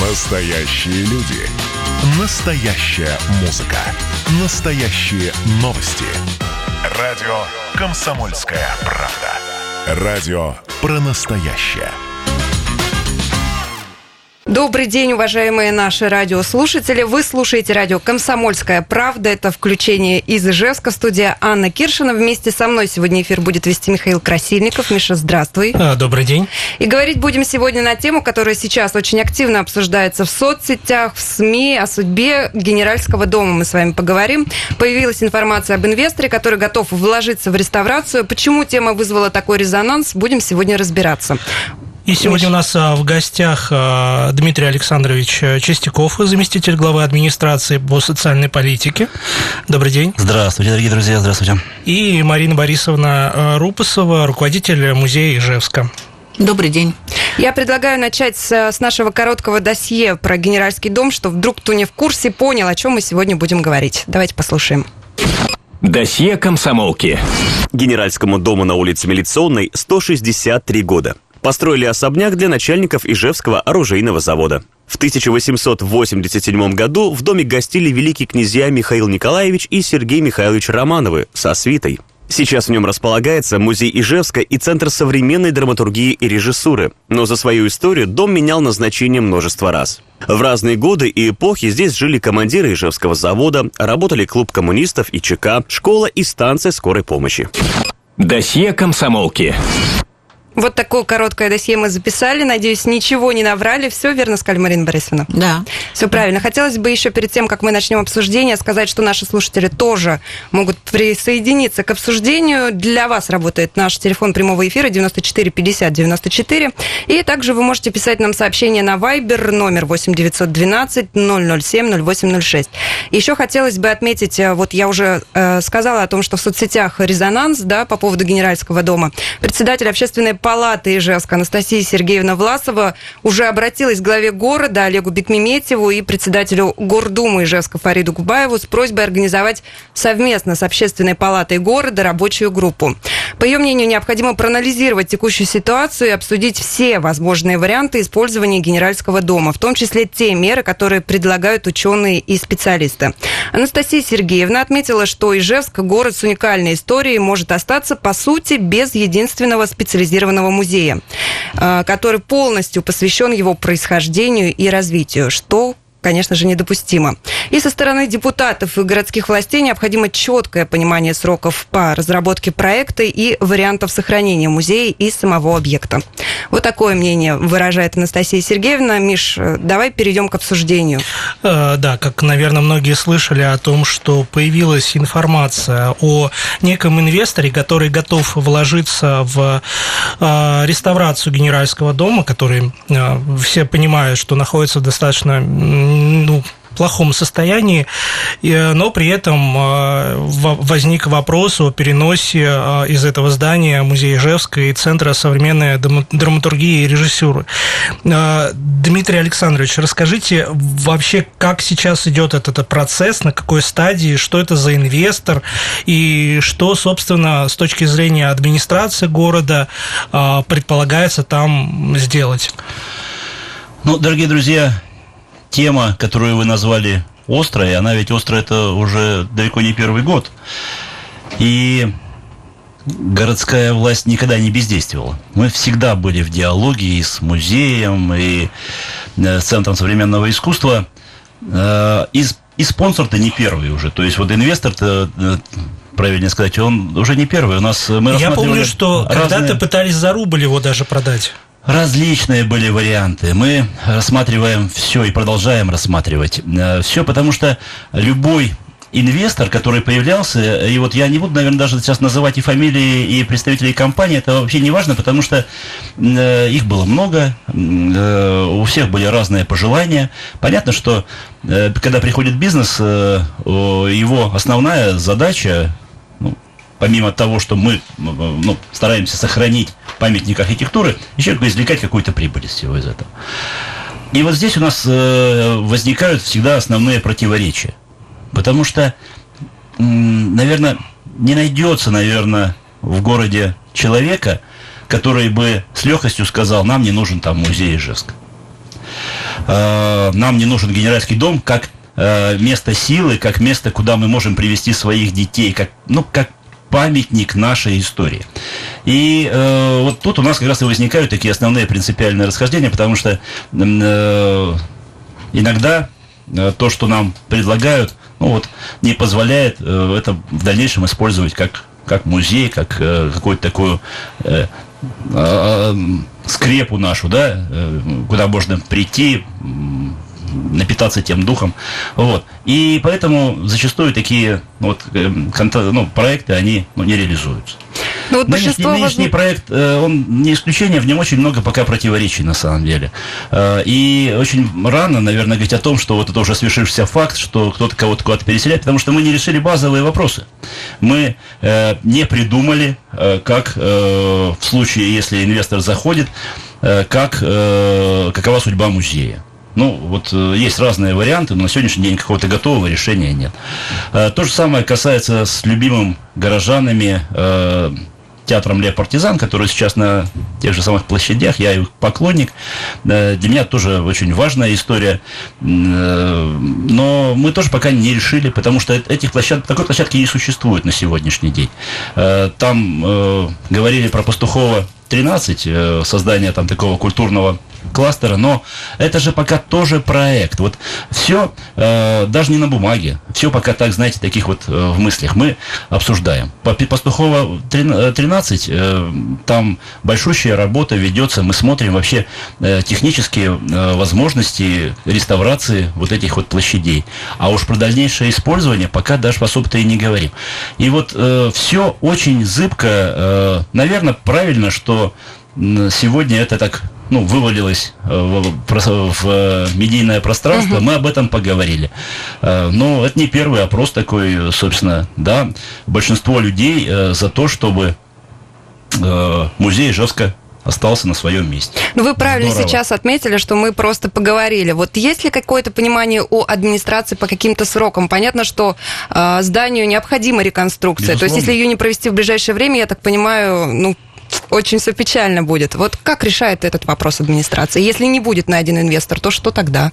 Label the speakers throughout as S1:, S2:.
S1: Настоящие люди. Настоящая музыка. Настоящие новости. Радио «Комсомольская правда». Радио про настоящее.
S2: Добрый день, уважаемые наши радиослушатели. Вы слушаете радио «Комсомольская правда». Это включение из Ижевска. Студия Анна Киршина. Вместе со мной сегодня эфир будет вести Михаил Красильников. Миша, здравствуй.
S3: Добрый день.
S2: И говорить будем сегодня на тему, которая сейчас очень активно обсуждается в соцсетях, в СМИ, о судьбе Генеральского дома. Мы с вами поговорим. Появилась информация об инвесторе, который готов вложиться в реставрацию. Почему тема вызвала такой резонанс, будем сегодня разбираться.
S3: И сегодня у нас в гостях Дмитрий Александрович Чистяков, заместитель главы администрации по социальной политике. Добрый день.
S4: Здравствуйте, дорогие друзья, здравствуйте.
S3: И Марина Борисовна Рупасова, руководитель музея Ижевска.
S5: Добрый день.
S2: Я предлагаю начать с нашего короткого досье про Генеральский дом, что вдруг кто не в курсе, понял, о чем мы сегодня будем говорить. Давайте послушаем.
S6: Досье комсомолки. Генеральскому дому на улице Милиционной 163 года. Построили особняк для начальников Ижевского оружейного завода. В 1887 году в доме гостили великие князья Михаил Николаевич и Сергей Михайлович Романовы со свитой. Сейчас в нем располагается музей Ижевска и Центр современной драматургии и режиссуры. Но за свою историю дом менял назначение множество раз. В разные годы и эпохи здесь жили командиры Ижевского завода, работали клуб коммунистов и ЧК, школа и станция скорой помощи.
S7: Досье комсомолки.
S2: Вот такое короткое досье мы записали. Надеюсь, ничего не наврали. Все верно сказали, Марина Борисовна?
S5: Да.
S2: Все правильно. Хотелось бы еще перед тем, как мы начнем обсуждение, сказать, что наши слушатели тоже могут присоединиться к обсуждению. Для вас работает наш телефон прямого эфира 94 50 94. И также вы можете писать нам сообщение на Viber номер 8 912 007 0806. Еще хотелось бы отметить, вот я уже сказала о том, что в соцсетях резонанс, да, по поводу Генеральского дома. Председатель общественной палаты Ижевска Анастасия Сергеевна Власова уже обратилась к главе города Олегу Бекмеметьеву и председателю Гордумы Ижевска Фариду Губаеву с просьбой организовать совместно с общественной палатой города рабочую группу. По ее мнению, необходимо проанализировать текущую ситуацию и обсудить все возможные варианты использования Генеральского дома, в том числе те меры, которые предлагают ученые и специалисты. Анастасия Сергеевна отметила, что Ижевск, город с уникальной историей, может остаться, по сути, без единственного специализированного музея, который полностью посвящен его происхождению и развитию, что, конечно же, недопустимо. И со стороны депутатов и городских властей необходимо четкое понимание сроков по разработке проекта и вариантов сохранения музея и самого объекта. Вот такое мнение выражает Анастасия Сергеевна. Миш, давай перейдем к обсуждению.
S3: Да, как, наверное, многие слышали о том, что появилась информация о неком инвесторе, который готов вложиться в реставрацию Генеральского дома, который, все понимают, что находится в достаточно плохом состоянии, но при этом возник вопрос о переносе из этого здания музея Ижевска и Центра современной драматургии и режиссуры. Дмитрий Александрович, расскажите вообще, как сейчас идет этот процесс, на какой стадии, что это за инвестор и что, собственно, с точки зрения администрации города предполагается там сделать?
S4: Дорогие друзья, тема, которую вы назвали острой, она ведь острая, это уже далеко не первый год. И городская власть никогда не бездействовала. Мы всегда были в диалоге и с музеем, и с Центром современного искусства. И спонсор-то не первый уже. То есть вот инвестор-то, правильнее сказать, он уже не первый.
S3: Я помню, что когда-то пытались за рубль его даже продать.
S4: Различные были варианты. Мы рассматриваем все и продолжаем рассматривать все, потому что любой инвестор, который появлялся, и вот я не буду, наверное, даже сейчас называть и фамилии, и представителей компании, это вообще не важно, потому что их было много, у всех были разные пожелания. Понятно, что когда приходит бизнес, его основная задача, помимо того, что мы стараемся сохранить памятник архитектуры, еще извлекать какую-то прибыль из всего из этого. И вот здесь у нас возникают всегда основные противоречия. Потому что, наверное, не найдется, в городе человека, который бы с легкостью сказал, нам не нужен там музей Ижевска. нам не нужен Генеральский дом как место силы, как место, куда мы можем привести своих детей, как памятник нашей истории. И вот тут у нас как раз и возникают такие основные принципиальные расхождения, потому что иногда то, что нам предлагают, не позволяет это в дальнейшем использовать как музей, как какую-то такую скрепу нашу, да, куда можно прийти, напитаться тем духом. Вот. И поэтому зачастую такие проекты, они не реализуются. Нынешний проект, он не исключение, в нем очень много пока противоречий на самом деле. И очень рано, наверное, говорить о том, что вот это уже свершившийся факт, что кто-то кого-то куда-то переселяет, потому что мы не решили базовые вопросы. Мы не придумали, как в случае, если инвестор заходит, какова судьба музея. Есть разные варианты, но на сегодняшний день какого-то готового решения нет. То же самое касается с любимым горожанами театром «Лев Партизан», который сейчас на тех же самых площадях, я их поклонник. Для меня тоже очень важная история. Но мы тоже пока не решили, потому что такой площадки не существует на сегодняшний день. Там говорили про Пастухова 13, создание там такого культурного кластера, но это же пока тоже проект. Вот все, даже не на бумаге, все пока так, знаете, таких вот в мыслях мы обсуждаем. По Пастухова 13, там большущая работа ведется, мы смотрим вообще технические возможности реставрации вот этих вот площадей. А уж про дальнейшее использование пока даже особо-то и не говорим. И вот все очень зыбко, наверное, правильно, что сегодня это так вывалилось в медийное пространство, мы об этом поговорили. Но это не первый опрос такой, собственно, да. Большинство людей за то, чтобы музей Ижевска остался на своем месте.
S2: Вы правильно сейчас отметили, что мы просто поговорили. Вот есть ли какое-то понимание у администрации по каким-то срокам? Понятно, что зданию необходима реконструкция. Безусловно. То есть, если ее не провести в ближайшее время, я так понимаю, очень все печально будет. Вот как решает этот вопрос администрация? Если не будет найден инвестор, то что тогда?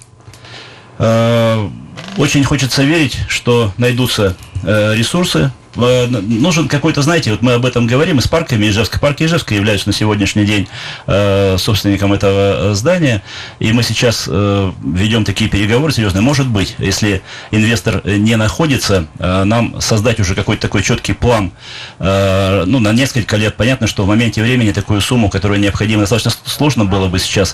S4: Очень хочется верить, что найдутся ресурсы. Нужен какой-то, знаете, вот мы об этом говорим, и с парками Ижевска. Парки Ижевска являются на сегодняшний день собственником этого здания, и мы сейчас ведем такие переговоры серьезные. Может быть, если инвестор не находится, нам создать уже какой-то такой четкий план, на несколько лет. Понятно, что в моменте времени такую сумму, которую необходимо, достаточно сложно было бы сейчас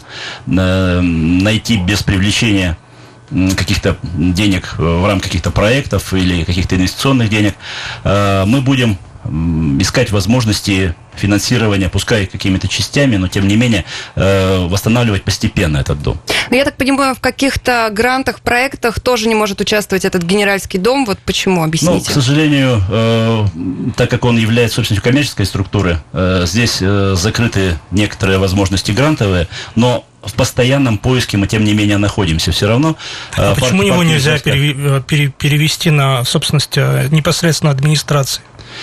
S4: найти без привлечения каких-то денег в рамках каких-то проектов или каких-то инвестиционных денег, мы будем искать возможности финансирования, пускай какими-то частями, но тем не менее восстанавливать постепенно этот дом.
S2: Но я так понимаю, в каких-то грантах, проектах тоже не может участвовать этот Генеральский дом. Вот почему, объясните?
S4: К сожалению, так как он является собственностью коммерческой структуры, здесь закрыты некоторые возможности грантовые, но в постоянном поиске мы, тем не менее, находимся все равно.
S3: А почему его нельзя перевести на собственность непосредственно администрации?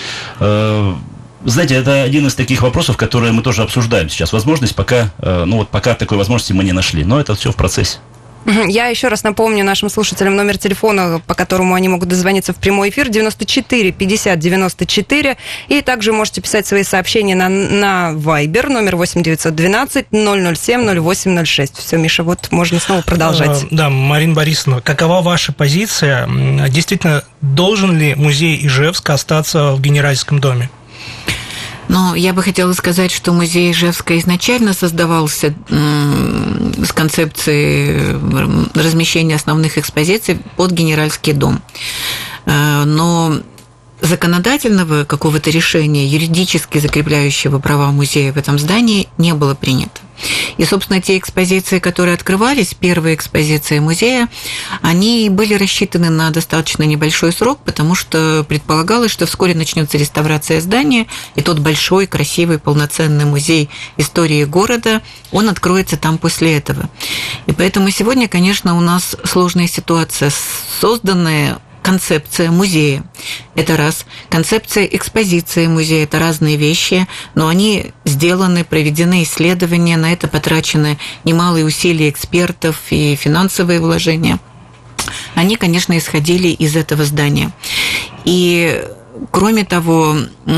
S4: Знаете, это один из таких вопросов, которые мы тоже обсуждаем сейчас. Возможность пока, пока такой возможности мы не нашли, но это все в процессе.
S2: Я еще раз напомню нашим слушателям номер телефона, по которому они могут дозвониться в прямой эфир, 94 50 94. И также можете писать свои сообщения на Viber, номер 8 912 007 0806. Все, Миша, вот можно снова продолжать.
S3: Да, Марина Борисовна, какова ваша позиция? Действительно, должен ли музей Ижевска остаться в Генеральском доме?
S5: Но я бы хотела сказать, что музей Ижевска изначально создавался с концепцией размещения основных экспозиций под Генеральский дом. Но законодательного какого-то решения, юридически закрепляющего права музея в этом здании, не было принято. И, собственно, те экспозиции, которые открывались, первые экспозиции музея, они были рассчитаны на достаточно небольшой срок, потому что предполагалось, что вскоре начнется реставрация здания, и тот большой, красивый, полноценный музей истории города, он откроется там после этого. И поэтому сегодня, конечно, у нас сложная ситуация, созданная концепция музея. Это раз. Концепция экспозиции музея – это разные вещи, но они сделаны, проведены исследования, на это потрачены немалые усилия экспертов и финансовые вложения. Они, конечно, исходили из этого здания. И, кроме того,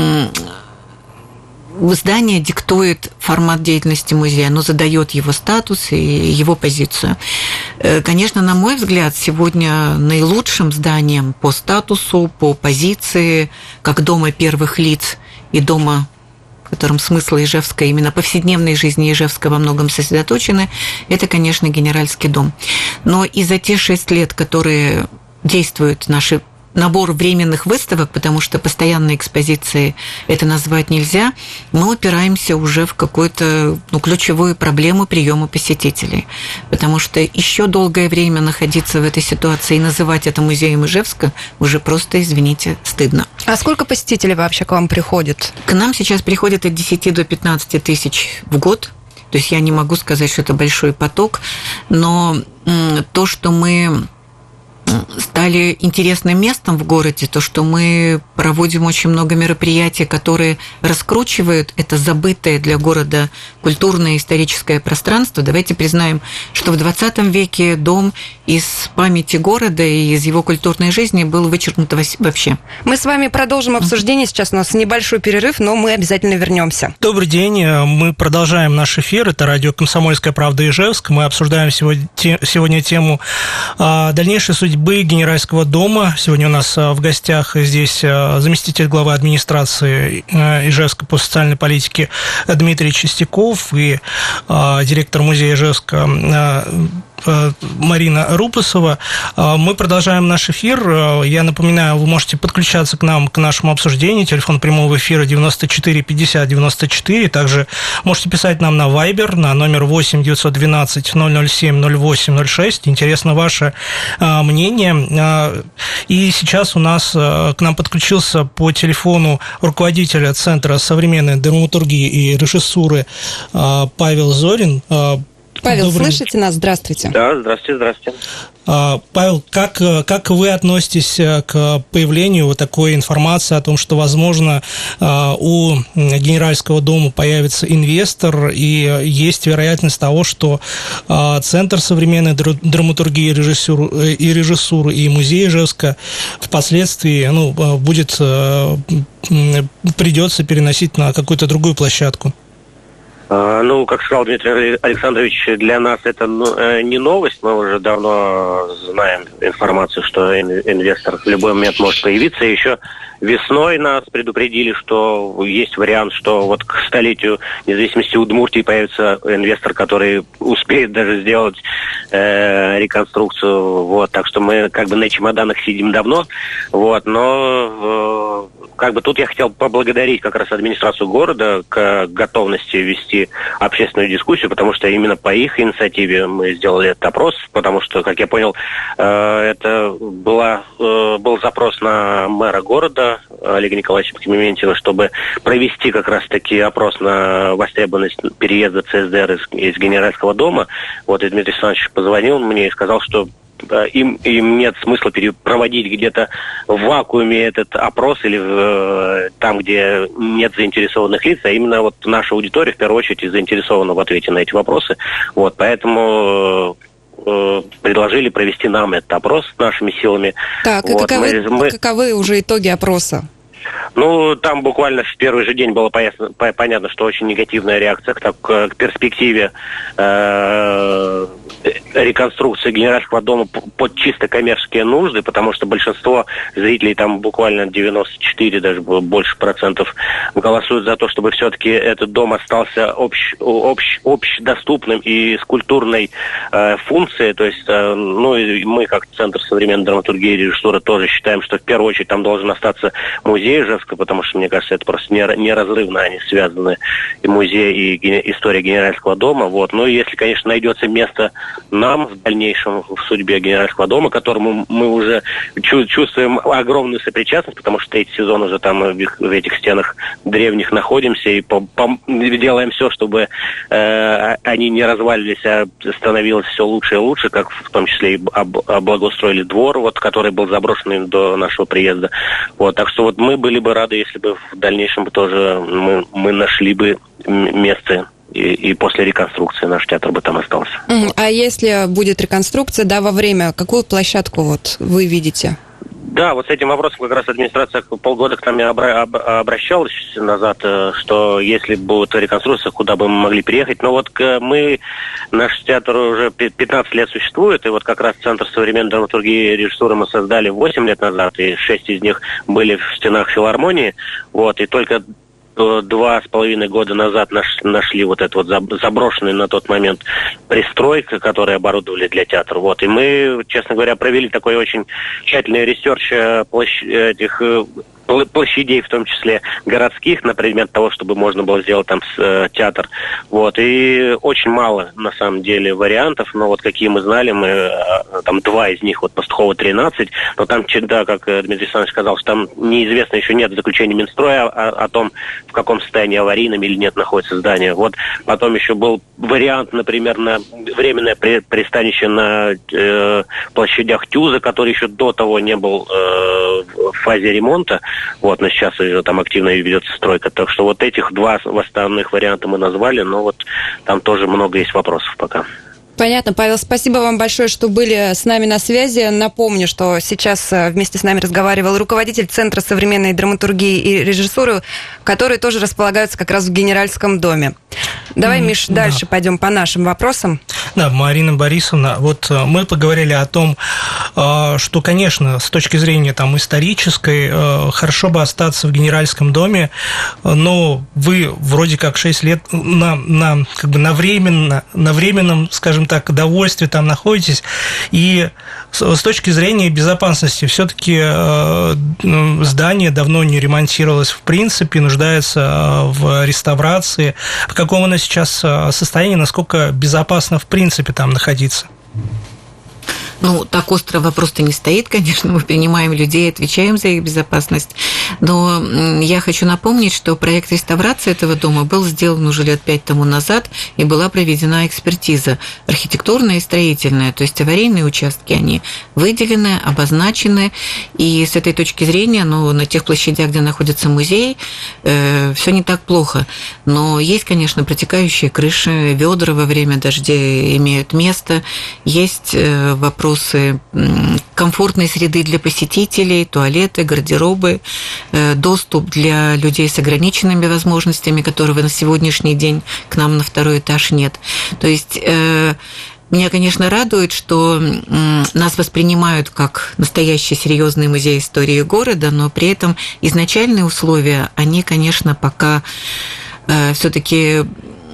S5: здание диктует формат деятельности музея, оно задает его статус и его позицию. Конечно, на мой взгляд, сегодня наилучшим зданием по статусу, по позиции, как дома первых лиц и дома, в котором смысл Ижевска, именно повседневной жизни Ижевска во многом сосредоточены, это, конечно, Генеральский дом. Но и за те 6 лет, которые действуют наши набор временных выставок, потому что постоянной экспозиции это назвать нельзя, мы упираемся уже в какую-то ключевую проблему приема посетителей. Потому что еще долгое время находиться в этой ситуации и называть это музеем Ижевска уже просто, извините, стыдно.
S2: А сколько посетителей вообще к вам приходит?
S5: К нам сейчас приходит от 10 до 15 тысяч в год. То есть я не могу сказать, что это большой поток, но то, что мы стали интересным местом в городе, то, что мы проводим очень много мероприятий, которые раскручивают это забытое для города культурное и историческое пространство. Давайте признаем, что в 20 веке дом из памяти города и из его культурной жизни был вычеркнут вообще.
S2: Мы с вами продолжим обсуждение. Сейчас у нас небольшой перерыв, но мы обязательно вернемся.
S3: Добрый день. Мы продолжаем наш эфир. Это радио «Комсомольская правда» Ижевск. Мы обсуждаем сегодня тему дальнейшей судьбы Генеральского дома. Сегодня у нас в гостях здесь заместитель главы администрации Ижевска по социальной политике Дмитрий Чистяков и директор музея Ижевска Марина Рупасова. Мы продолжаем наш эфир. Я напоминаю, вы можете подключаться к нам, к нашему обсуждению. Телефон прямого эфира 94 50 94. Также можете писать нам на Viber на номер 8 912 007 08 06. Интересно ваше мнение. И сейчас у нас к нам подключился по телефону руководитель Центра современной драматургии и режиссуры Павел Зорин.
S2: Павел, слышите нас? Здравствуйте.
S8: Да, здравствуйте.
S3: Павел, как вы относитесь к появлению вот такой информации о том, что, возможно, у Генеральского дома появится инвестор, и есть вероятность того, что Центр современной драматургии и режиссуры и музей Ижевска впоследствии придется переносить на какую-то другую площадку?
S8: Как сказал Дмитрий Александрович, для нас это не новость. Мы уже давно знаем информацию, что инвестор в любой момент может появиться. Еще весной нас предупредили, что есть вариант, что вот к столетию независимости Удмуртии появится инвестор, который успеет даже сделать реконструкцию. Вот, так что мы на чемоданах сидим давно. Вот, но тут я хотел поблагодарить как раз администрацию города к готовности вести общественную дискуссию, потому что именно по их инициативе мы сделали этот опрос, потому что, как я понял, это был запрос на мэра города Олега Николаевича Клементьева, чтобы провести как раз-таки опрос на востребованность переезда ЦСДР из Генеральского дома. Вот, и Дмитрий Александрович позвонил мне и сказал, что им нет смысла проводить где-то в вакууме этот опрос или там, где нет заинтересованных лиц, а именно вот наша аудитория в первую очередь заинтересована в ответе на эти вопросы. Вот, поэтому предложили провести нам этот опрос нашими силами.
S2: Так, и каковы уже итоги опроса?
S8: Там буквально в первый же день было понятно, что очень негативная реакция к перспективе реконструкции Генеральского дома под чисто коммерческие нужды, потому что большинство зрителей, там буквально 94, даже больше процентов, голосуют за то, чтобы все-таки этот дом остался общедоступным и с культурной функцией. То есть, и мы, как Центр современной драматургии и режиссуры, тоже считаем, что в первую очередь там должен остаться музей Ижевска, Жевска, потому что, мне кажется, это просто неразрывно они связаны, и музей, и история Генеральского дома. Вот. Ну, если, конечно, найдется место нам в дальнейшем в судьбе Генеральского дома, которому мы уже чувствуем огромную сопричастность, потому что третий сезон уже там в этих стенах древних находимся и делаем все, чтобы они не развалились, а становилось все лучше и лучше, как в том числе и облагоустроили двор, вот, который был заброшенный до нашего приезда. Вот, так что вот мы были бы рады, если бы в дальнейшем тоже мы нашли бы место, и после реконструкции наш театр бы там остался.
S2: А если будет реконструкция, да, во время, какую площадку вот вы видите?
S8: Да, вот с этим вопросом как раз администрация полгода к нам обращалась назад, что если будет реконструкция, куда бы мы могли приехать. Но вот наш театр уже 15 лет существует, и вот как раз Центр современной драматургии и режиссуры мы создали 8 лет назад, и 6 из них были в стенах филармонии, вот, и только 2,5 года назад нашли вот этот вот заброшенный на тот момент пристрой, который оборудовали для театра. Вот. И мы, честно говоря, провели такой очень тщательный ресерч этих площадей, в том числе городских, на предмет того, чтобы можно было сделать там театр. Вот. И очень мало, на самом деле, вариантов, но вот какие мы знали, мы там 2 из них, вот Пастухова 13, но там, да, как Дмитрий Александрович сказал, что там неизвестно, еще нет заключения Минстроя о том, в каком состоянии, аварийном или нет находится здание. Вот потом еще был вариант, например, на временное пристанище на площадях Тюза, который еще до того не был в фазе ремонта. Вот, но сейчас уже там активно ведется стройка. Так что вот этих 2 основных варианта мы назвали, но вот там тоже много есть вопросов пока.
S2: Понятно, Павел, спасибо вам большое, что были с нами на связи. Напомню, что сейчас вместе с нами разговаривал руководитель Центра современной драматургии и режиссуры, которые тоже располагаются как раз в Генеральском доме. Давай, Миш, дальше пойдем по нашим вопросам.
S3: Да, Марина Борисовна, вот мы поговорили о том, что, конечно, с точки зрения там исторической, хорошо бы остаться в Генеральском доме, но вы вроде как 6 лет на временном, скажем так, довольстве там находитесь, и с точки зрения безопасности все-таки здание давно не ремонтировалось в принципе, нуждается в реставрации. В каком оно сейчас состоянии, насколько безопасно в принципе там находиться?
S5: Ну, так остро вопрос-то не стоит, конечно, мы принимаем людей, отвечаем за их безопасность, но я хочу напомнить, что проект реставрации этого дома был сделан уже лет 5 тому назад, и была проведена экспертиза архитектурная и строительная, то есть аварийные участки, они выделены, обозначены, и с этой точки зрения, ну, на тех площадях, где находится музей, все не так плохо, но есть, конечно, протекающие крыши, ведра во время дождей имеют место, есть вопросы комфортной среды для посетителей, туалеты, гардеробы, доступ для людей с ограниченными возможностями, которого на сегодняшний день к нам на 2-й этаж нет. То есть меня, конечно, радует, что нас воспринимают как настоящий серьезный музей истории города, но при этом изначальные условия, они, конечно, пока все-таки...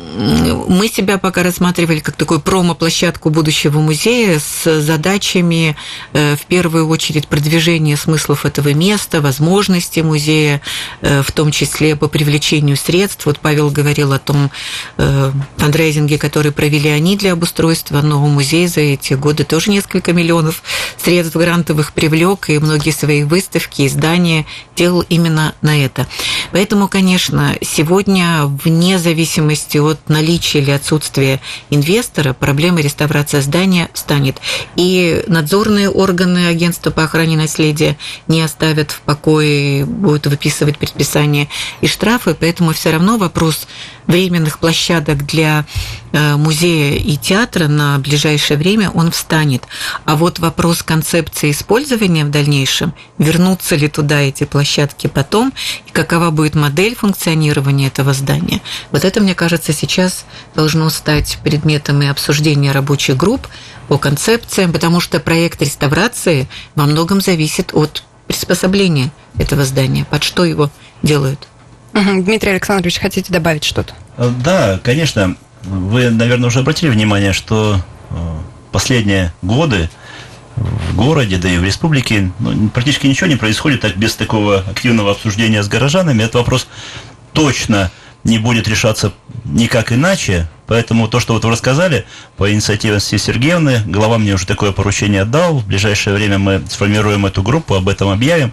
S5: Мы себя пока рассматривали как такую промо-площадку будущего музея с задачами, в первую очередь, продвижения смыслов этого места, возможностей музея, в том числе по привлечению средств. Вот Павел говорил о том фандрейзинге, который провели они для обустройства, но музей за эти годы тоже несколько миллионов средств грантовых привлек, и многие свои выставки, издания делал именно на это. Поэтому, конечно, сегодня, вне зависимости от наличия или отсутствия инвестора, проблема реставрации здания встанет. И надзорные органы Агентства по охране наследия не оставят в покое, будут выписывать предписания и штрафы, поэтому все равно вопрос временных площадок для музея и театра на ближайшее время он встанет. А вот вопрос концепции использования в дальнейшем, вернутся ли туда эти площадки потом, и какова будет модель функционирования этого здания, вот это, мне кажется, сейчас должно стать предметом и обсуждения рабочих групп по концепциям, потому что проект реставрации во многом зависит от приспособления этого здания, под что его делают.
S2: Дмитрий Александрович, хотите добавить что-то?
S4: Да, конечно. Вы, наверное, уже обратили внимание, что последние годы в городе, да и в республике практически ничего не происходит так без такого активного обсуждения с горожанами. Этот вопрос точно не будет решаться никак иначе. Поэтому то, что вот вы рассказали, по инициативе Анастасии Сергеевны, глава мне уже такое поручение отдал. В ближайшее время мы сформируем эту группу, об этом объявим.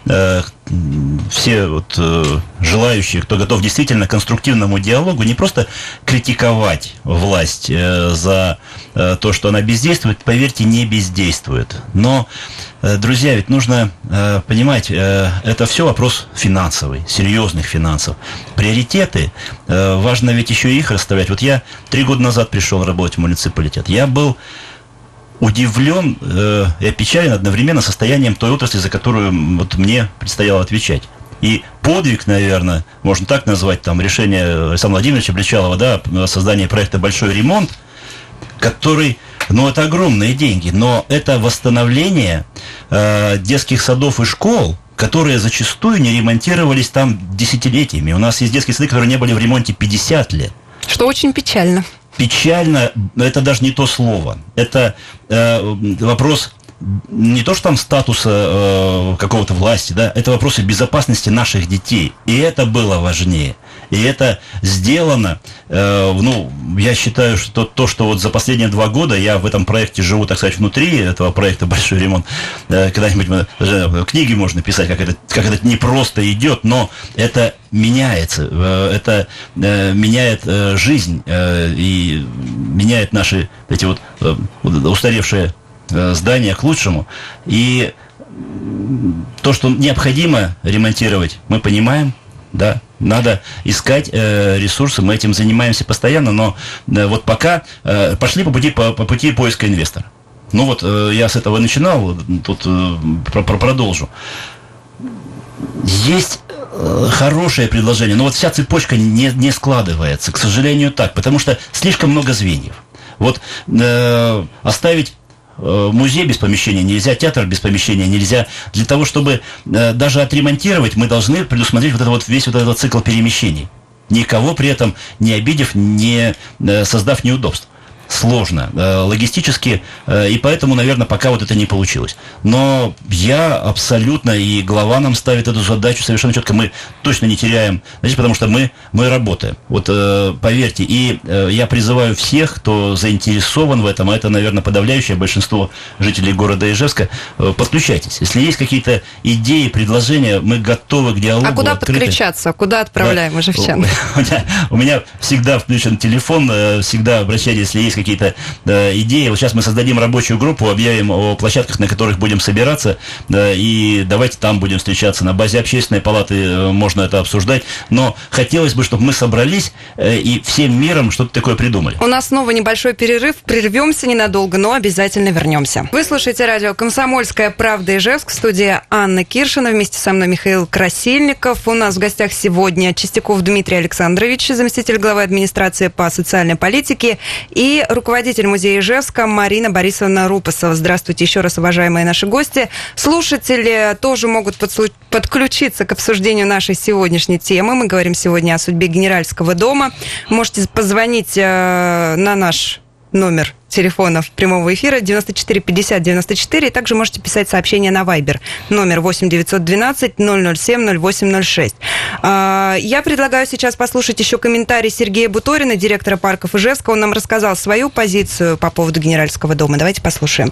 S4: Все вот желающие, кто готов действительно к конструктивному диалогу, не просто критиковать власть за то, что она бездействует, поверьте, не бездействует. Но, друзья, ведь нужно понимать, это все вопрос финансовый, серьезных финансов. Приоритеты, важно ведь еще их расставлять. Вот я 3 года назад пришел работать в муниципалитет. Я был удивлен и опечален одновременно состоянием той отрасли, за которую вот мне предстояло отвечать. И подвиг, наверное, можно так назвать, там, решение Александра Владимировича Бричалова, да, о создании проекта «Большой ремонт», который, это огромные деньги, но это восстановление детских садов и школ, которые зачастую не ремонтировались там десятилетиями. У нас есть детские сады, которые не были в ремонте 50 лет.
S2: Что очень печально.
S4: Печально, это даже не то слово. Это вопрос не то, что там статуса какого-то власти, да, это вопросы безопасности наших детей. И это было важнее. И это сделано, я считаю, что то, что вот за последние 2 года я в этом проекте живу, так сказать, внутри этого проекта «Большой ремонт», когда-нибудь книги можно писать, как это не просто идет, но это меняется, это меняет жизнь и меняет наши эти вот устаревшие здания к лучшему. И то, что необходимо ремонтировать, мы понимаем, да, надо искать ресурсы, мы этим занимаемся постоянно, но вот пока пошли по пути поиска инвестора. Я с этого начинал, тут продолжу. Есть хорошее предложение, но вот вся цепочка не складывается, к сожалению, так, потому что слишком много звеньев. Оставить музей без помещения нельзя, театр без помещения нельзя. Для того, чтобы даже отремонтировать, мы должны предусмотреть весь этот цикл перемещений. Никого при этом не обидев, не создав неудобств. Сложно, логистически, и поэтому, наверное, пока вот это не получилось. Но я абсолютно, и глава нам ставит эту задачу совершенно четко, мы точно не теряем, потому что мы работаем. Поверьте, и я призываю всех, кто заинтересован в этом, а это, наверное, подавляющее большинство жителей города Ижевска, подключайтесь. Если есть какие-то идеи, предложения, мы готовы к диалогу.
S2: А куда открыты. Подключаться? Куда отправляем ижевчан?
S4: У меня всегда включен телефон, всегда обращайтесь, если есть какие-то идеи. Вот сейчас мы создадим рабочую группу, объявим о площадках, на которых будем собираться, и давайте там будем встречаться. На базе общественной палаты можно это обсуждать. Но хотелось бы, чтобы мы собрались и всем миром что-то такое придумали.
S2: У нас снова небольшой перерыв. Прервемся ненадолго, но обязательно вернемся. Вы слушаете радио «Комсомольская правда» Ижевск. В студии Анна Киршина. Вместе со мной Михаил Красильников. У нас в гостях сегодня Чистяков Дмитрий Александрович, заместитель главы администрации по социальной политике, и руководитель музея Ижевска Марина Борисовна Рупасова. Здравствуйте еще раз, уважаемые наши гости. Слушатели тоже могут подключиться к обсуждению нашей сегодняшней темы. Мы говорим сегодня о судьбе Генеральского дома. Можете позвонить на наш номер телефонов прямого эфира 94 50 94, и также можете писать сообщение на Viber номер 8 912 007 0806. Я предлагаю сейчас послушать еще комментарий Сергея Буторина, директора парков Ижевска. Он нам рассказал свою позицию по поводу Генеральского дома. Давайте послушаем.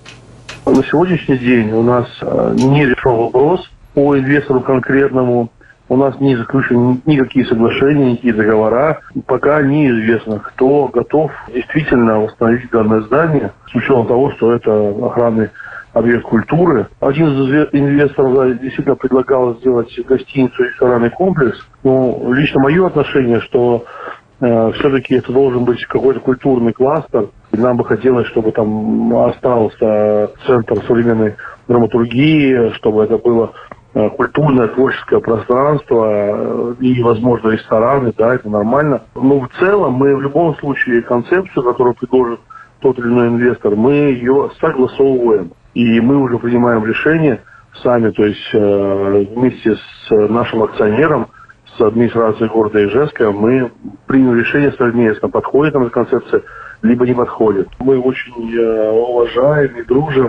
S9: На сегодняшний день у нас не решен вопрос по инвестору конкретному. У нас не заключены никакие соглашения, никакие договора. Пока неизвестно, кто готов действительно восстановить данное здание, с учетом того, что это охранный объект культуры. Один из инвесторов действительно предлагал сделать гостиницу и ресторанный комплекс. Но лично мое отношение, что все-таки это должен быть какой-то культурный кластер. И нам бы хотелось, чтобы там остался центр современной драматургии, чтобы это было культурное, творческое пространство и, возможно, рестораны, да, это нормально. Но в целом мы в любом случае концепцию, которую предложит тот или иной инвестор, мы ее согласовываем. И мы уже принимаем решение сами, то есть вместе с нашим акционером, с администрацией города Ижевска, мы приняли решение совместно, подходит нам эта концепция, либо не подходит. Мы очень уважаем и дружим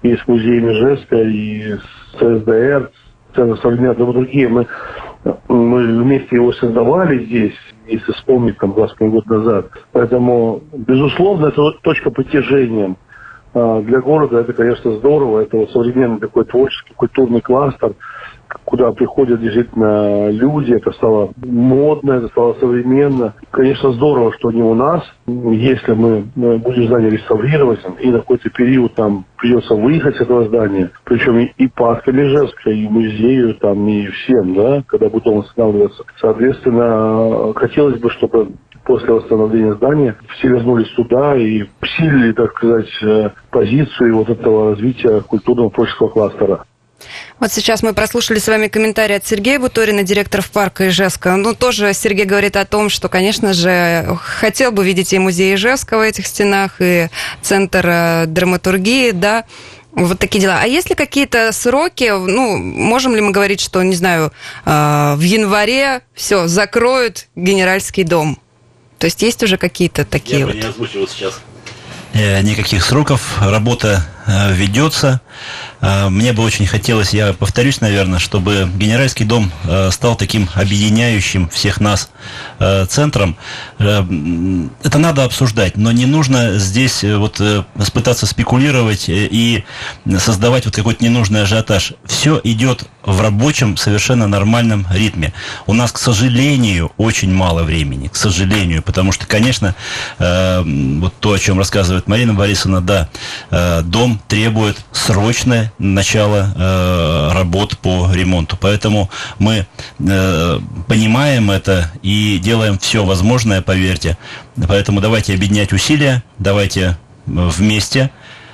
S9: и с музеем Ижевска, и с ЦСДР, Центр современной драматургии. Мы вместе его создавали здесь, если вспомнить, 20 год назад. Поэтому, безусловно, это точка притяжения. Для города это, конечно, здорово. Это современный такой творческий, культурный кластер, куда приходят действительно люди. Это стало модно, это стало современно. Конечно, здорово, что не у нас. Если мы будем здание реставрировать, и на какой-то период там придется выехать с этого здания, причем и паркам Ижевска, и музею, и всем, да, когда будет он восстанавливаться. Соответственно, хотелось бы, чтобы после восстановления здания все вернулись туда и усилили, так сказать, позицию вот этого развития культурного творческого кластера.
S2: Вот сейчас мы прослушали с вами комментарий от Сергея Буторина, директора парка Ижевска. Тоже Сергей говорит о том, что, конечно же, хотел бы видеть и музей Ижевска в этих стенах, и центр драматургии, да, вот такие дела. А есть ли какие-то сроки, можем ли мы говорить, что, не знаю, в январе все, закроют Генеральский дом? То есть уже какие-то такие
S4: Я бы не озвучивал сейчас никаких сроков, работа ведется. Мне бы очень хотелось, я повторюсь, наверное, чтобы Генеральский дом стал таким объединяющим всех нас центром. Это надо обсуждать, но не нужно здесь пытаться спекулировать и создавать какой-то ненужный ажиотаж. Все идет в рабочем, совершенно нормальном ритме. У нас, к сожалению, очень мало времени, к сожалению, потому что, конечно, то, о чем рассказывает Марина Борисовна, да, дом требует срочное начало работ по ремонту. Поэтому мы понимаем это и делаем все возможное, поверьте. Поэтому давайте объединять усилия, давайте вместе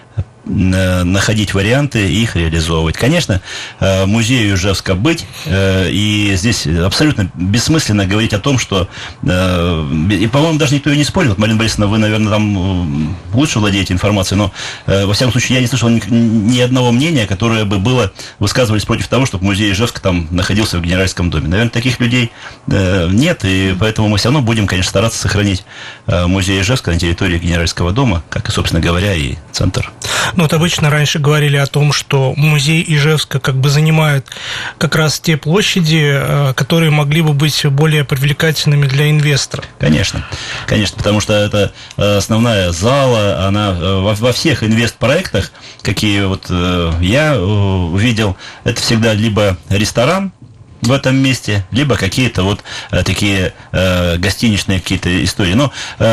S4: находить варианты и их реализовывать. Конечно, музею Ижевска быть, и здесь абсолютно бессмысленно говорить о том, что, и, по-моему, даже никто и не спорил. Марина Борисовна, вы, наверное, там лучше владеете информацией, но, во всяком случае, я не слышал ни одного мнения, которое бы высказывались против того, чтобы музей Ижевска там находился в Генеральском доме. Наверное, таких людей нет, и поэтому мы все равно будем, конечно, стараться сохранить музей Ижевска на территории Генеральского дома, как и, собственно говоря, и центр.
S3: Обычно раньше говорили о том, что музей Ижевска занимает как раз те площади, которые могли бы быть более привлекательными для инвестора.
S4: Конечно, потому что это основная зала, она во всех инвестпроектах, какие я увидел, это всегда либо ресторан в этом месте, либо какие-то такие гостиничные какие-то истории. Но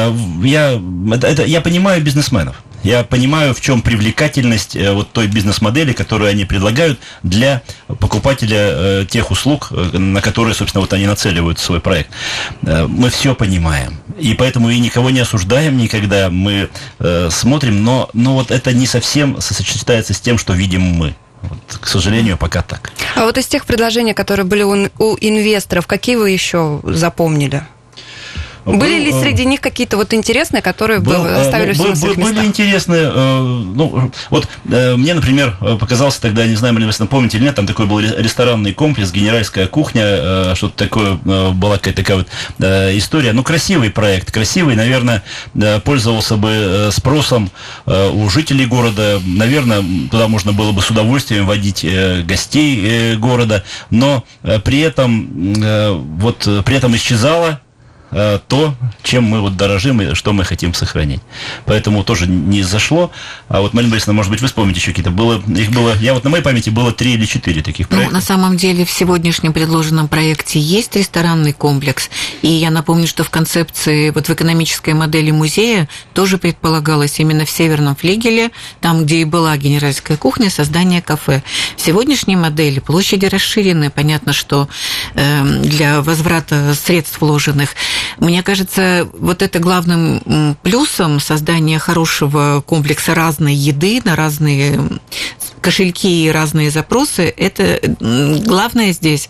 S4: я понимаю бизнесменов. Я понимаю, в чем привлекательность той бизнес-модели, которую они предлагают для покупателя тех услуг, на которые, собственно, они нацеливают свой проект. Мы все понимаем. И поэтому и никого не осуждаем никогда. Мы смотрим, но это не совсем сочетается с тем, что видим мы. К сожалению, пока так.
S2: А из тех предложений, которые были у инвесторов, какие вы еще запомнили? Были ли среди них какие-то интересные, которые оставили на своих местах?
S4: Были интересные. Мне, например, показался тогда, не знаю, Марина Борисовна, помните или нет, там такой был ресторанный комплекс, генеральская кухня, что-то такое, была какая-то такая история. Красивый проект, красивый, наверное, пользовался бы спросом у жителей города. Наверное, туда можно было бы с удовольствием водить гостей города, но при этом исчезало то, чем мы дорожим и что мы хотим сохранить. Поэтому тоже не зашло. А Марина Борисовна, может быть, вы вспомните еще какие-то. На моей памяти было 3 или 4 таких проекта.
S5: На самом деле в сегодняшнем предложенном проекте есть ресторанный комплекс. И я напомню, что в концепции, в экономической модели музея тоже предполагалось именно в северном флигеле, там, где и была генеральская кухня, создание кафе. В сегодняшней модели площади расширены. Понятно, что для возврата средств вложенных. Мне кажется, это главным плюсом создания хорошего комплекса разной еды на разные кошельки и разные запросы. Это главное здесь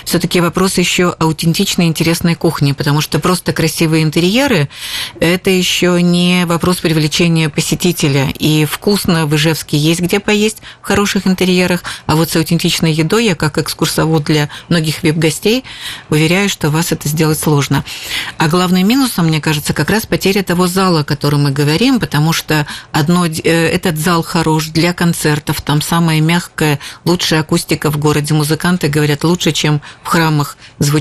S5: все-таки вопрос еще аутентичной, интересной кухни, потому что просто красивые интерьеры – это еще не вопрос привлечения посетителя. И вкусно в Ижевске есть где поесть в хороших интерьерах, а вот с аутентичной едой я, как экскурсовод для многих вип-гостей, уверяю, что вас это сделать сложно. А главным минусом, мне кажется, как раз потеря того зала, о котором мы говорим, потому что этот зал хорош для концертов, там самая мягкая, лучшая акустика в городе, музыканты говорят, лучше, чем в храмах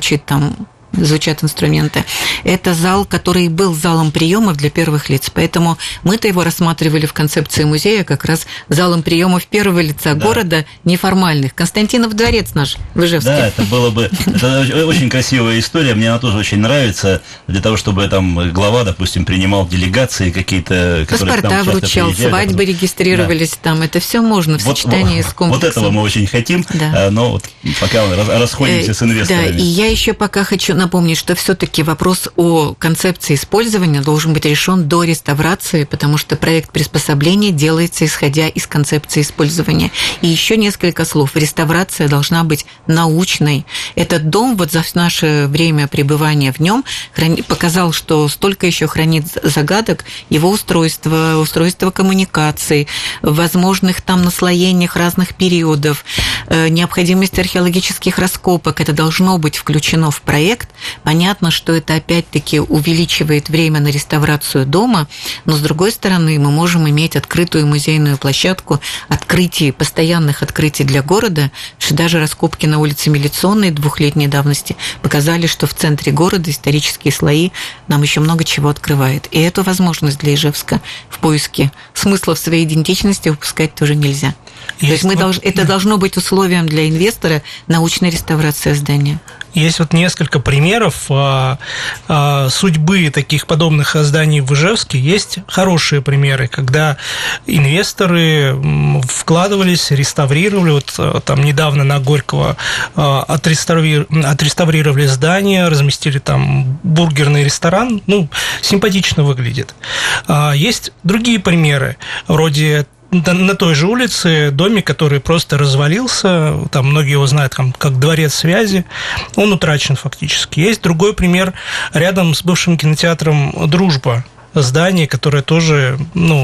S5: звучат инструменты. Это зал, который был залом приемов для первых лиц, поэтому мы-то его рассматривали в концепции музея как раз залом приемов первого лица города, неформальных. Константинов дворец наш в Ижевске.
S4: Да, это очень красивая история, мне она тоже очень нравится, для того, чтобы там глава, допустим, принимал делегации какие-то, которые
S5: паспорта вручал, свадьбы регистрировались там, это все можно в сочетании с комплексом.
S4: Вот этого мы очень хотим, но вот пока расходимся с инвесторами.
S5: Да, и я еще пока хочу напомнить, что все-таки вопрос о концепции использования должен быть решен до реставрации, потому что проект приспособления делается исходя из концепции использования. И еще несколько слов. Реставрация должна быть научной. Этот дом вот за наше время пребывания в нем показал, что столько еще хранит загадок его устройство коммуникаций, возможных там наслоениях разных периодов, необходимость археологических раскопок. Это должно быть включено в проект. Понятно, что это опять-таки увеличивает время на реставрацию дома, но с другой стороны мы можем иметь открытую музейную площадку, постоянных открытий для города, что даже раскопки на улице Милиционной 2-летней давности показали, что в центре города исторические слои нам еще много чего открывает. И эту возможность для Ижевска в поиске смысла в своей идентичности упускать тоже нельзя. То есть это должно быть условием для инвестора научной реставрации здания.
S3: Есть вот несколько примеров судьбы таких подобных зданий в Ижевске. Есть хорошие примеры, когда инвесторы вкладывались, реставрировали. Вот там недавно на Горького отреставрировали здание, разместили там бургерный ресторан. Симпатично выглядит. Есть другие примеры, вроде на той же улице домик, который просто развалился, там многие его знают как дворец связи, он утрачен фактически. Есть другой пример рядом с бывшим кинотеатром «Дружба», здание, которое тоже,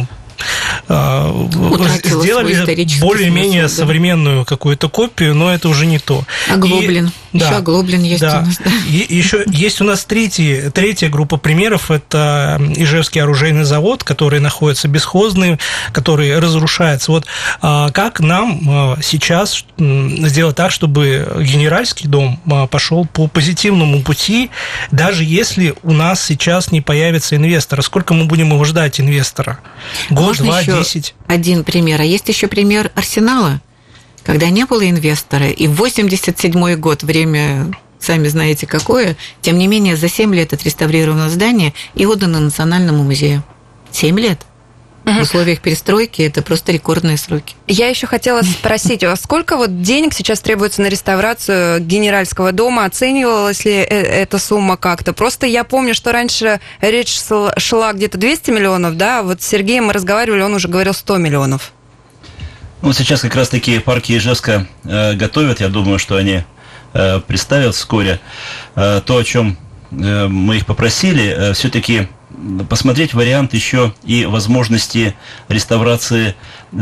S3: сделали более-менее современную какую-то копию, но это уже не то.
S5: Оглоблен. Еще Оглоблен есть у нас.
S3: И еще есть у нас третья группа примеров. Это Ижевский оружейный завод, который находится бесхозный, который разрушается. Вот как нам сейчас сделать так, чтобы Генеральский дом пошел по позитивному пути, даже если у нас сейчас не появится инвестора? Сколько мы будем его ждать, инвестора? Год,
S5: можно
S3: 2,
S5: еще
S3: 10?
S5: Один пример. А есть еще пример Арсенала, когда не было инвестора, и в 87-й год, время, сами знаете какое, тем не менее за 7 лет отреставрировано здание и отдано Национальному музею. 7 лет. В условиях перестройки это просто рекордные сроки.
S2: Я еще хотела спросить, а сколько вот денег сейчас требуется на реставрацию Генеральского дома? Оценивалась ли эта сумма как-то? Просто я помню, что раньше речь шла где-то 200 миллионов, да? Вот с Сергеем мы разговаривали, он уже говорил 100 миллионов.
S4: Сейчас как раз такие парки Ижевска готовят. Я думаю, что они представят вскоре. То, о чем мы их попросили, все-таки посмотреть вариант еще и возможности реставрации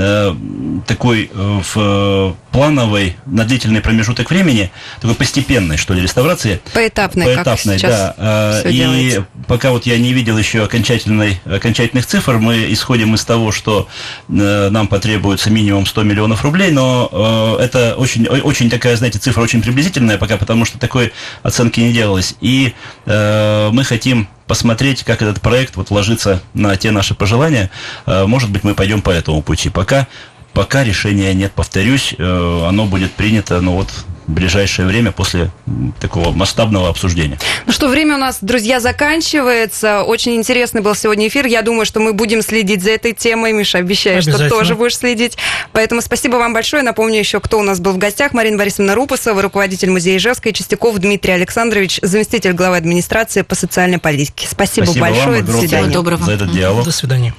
S4: такой в плановой, на длительный промежуток времени, такой постепенной, что ли, реставрации.
S2: Поэтапной, как сейчас все делается.
S4: И пока вот я не видел еще окончательных цифр, мы исходим из того, что нам потребуется минимум 100 миллионов рублей, но это очень такая, знаете, цифра очень приблизительная пока, потому что такой оценки не делалось. И мы хотим посмотреть, как этот проект ложится на те наши пожелания. Может быть, мы пойдем по этому пути. Пока решения нет, повторюсь, оно будет принято, в ближайшее время после такого масштабного обсуждения.
S2: Время у нас, друзья, заканчивается. Очень интересный был сегодня эфир. Я думаю, что мы будем следить за этой темой. Миша, обещаю, что тоже будешь следить. Поэтому спасибо вам большое. Напомню еще, кто у нас был в гостях. Марина Борисовна Рупасова, руководитель музея Ижевска, и Чистяков Дмитрий Александрович, заместитель главы администрации по социальной политике. Спасибо большое.
S4: Вам
S2: до свидания.
S5: Всего доброго.
S4: За этот диалог.
S3: До свидания.